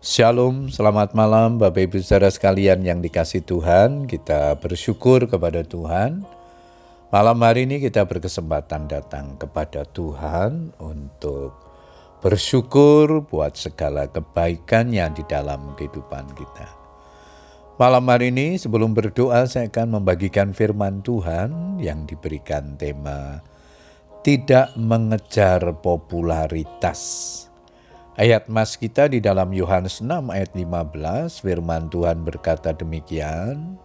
Shalom, selamat malam Bapak Ibu saudara sekalian yang dikasihi Tuhan. Kita bersyukur kepada Tuhan. Malam hari ini kita berkesempatan datang kepada Tuhan untuk bersyukur buat segala kebaikan-Nya di dalam kehidupan kita. Malam hari ini sebelum berdoa saya akan membagikan firman Tuhan yang diberikan tema tidak mengejar popularitas. Ayat mas kita di dalam Yohanes 6 ayat 15, firman Tuhan berkata demikian.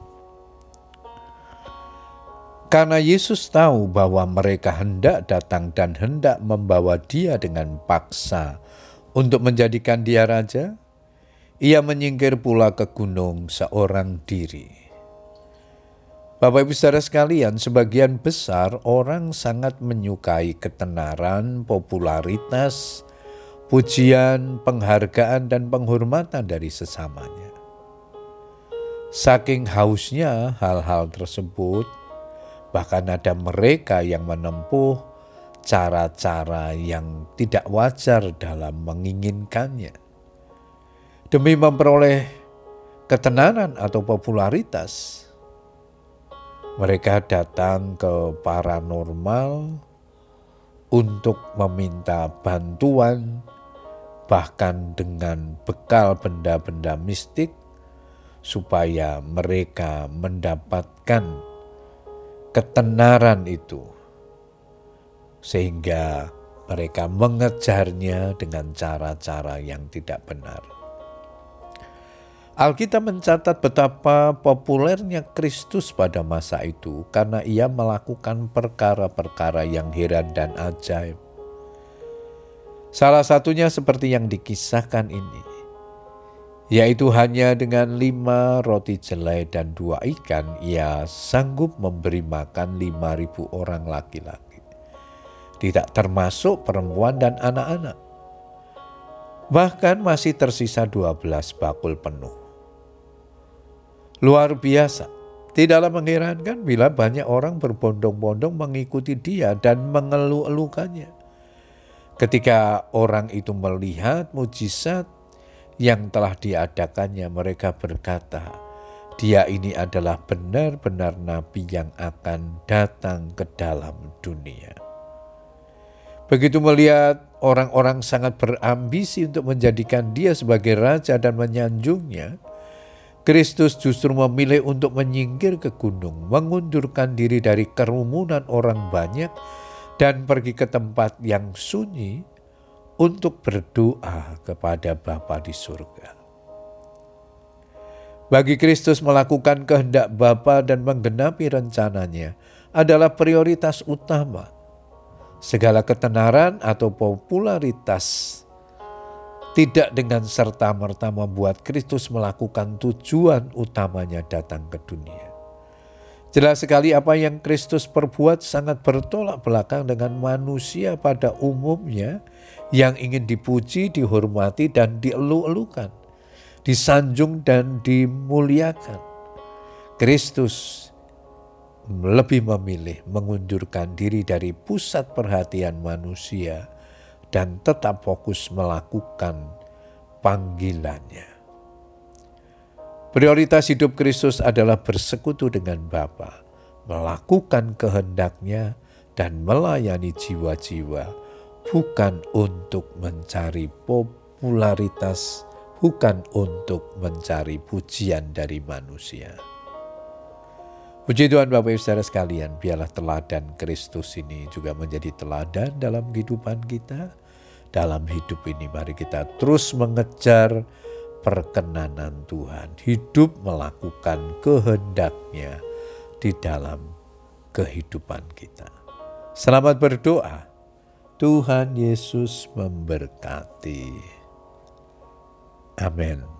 Karena Yesus tahu bahwa mereka hendak datang dan hendak membawa Dia dengan paksa untuk menjadikan Dia raja, Ia menyingkir pula ke gunung seorang diri. Bapak Ibu saudara sekalian, sebagian besar orang sangat menyukai ketenaran, popularitas, pujian, penghargaan, dan penghormatan dari sesamanya. Saking hausnya hal-hal tersebut, bahkan ada mereka yang menempuh cara-cara yang tidak wajar dalam menginginkannya. Demi memperoleh ketenaran atau popularitas, mereka datang ke paranormal untuk meminta bantuan, bahkan dengan bekal benda-benda mistik, supaya mereka mendapatkan ketenaran itu, sehingga mereka mengejarnya dengan cara-cara yang tidak benar. Alkitab mencatat betapa populernya Kristus pada masa itu karena Ia melakukan perkara-perkara yang heran dan ajaib. Salah satunya seperti yang dikisahkan ini, yaitu hanya dengan 5 roti jelai dan 2 ikan, Ia sanggup memberi makan 5.000 orang laki-laki, tidak termasuk perempuan dan anak-anak. Bahkan masih tersisa 12 bakul penuh. Luar biasa, tidaklah mengherankan bila banyak orang berbondong-bondong mengikuti Dia dan mengeluh-elukannya. Ketika orang itu melihat mujizat yang telah diadakannya, mereka berkata, Dia ini adalah benar-benar nabi yang akan datang ke dalam dunia. Begitu melihat orang-orang sangat berambisi untuk menjadikan Dia sebagai raja dan menyanjungnya, Kristus justru memilih untuk menyingkir ke gunung, mengundurkan diri dari kerumunan orang banyak, dan pergi ke tempat yang sunyi untuk berdoa kepada Bapa di surga. Bagi Kristus, melakukan kehendak Bapa dan menggenapi rencananya adalah prioritas utama. Segala ketenaran atau popularitas tidak dengan serta-merta membuat Kristus melakukan tujuan utamanya datang ke dunia. Jelas sekali apa yang Kristus perbuat sangat bertolak belakang dengan manusia pada umumnya yang ingin dipuji, dihormati, dan dielu-elukan, disanjung dan dimuliakan. Kristus lebih memilih mengundurkan diri dari pusat perhatian manusia dan tetap fokus melakukan panggilannya. Prioritas hidup Kristus adalah bersekutu dengan Bapa, melakukan kehendak-Nya dan melayani jiwa-jiwa, bukan untuk mencari popularitas, bukan untuk mencari pujian dari manusia. Puji Tuhan Bapak Ibu saudara sekalian, biarlah teladan Kristus ini juga menjadi teladan dalam kehidupan kita. Dalam hidup ini mari kita terus mengejar perkenanan Tuhan, hidup melakukan kehendak-Nya di dalam kehidupan kita. Selamat berdoa. Tuhan Yesus memberkati. Amin.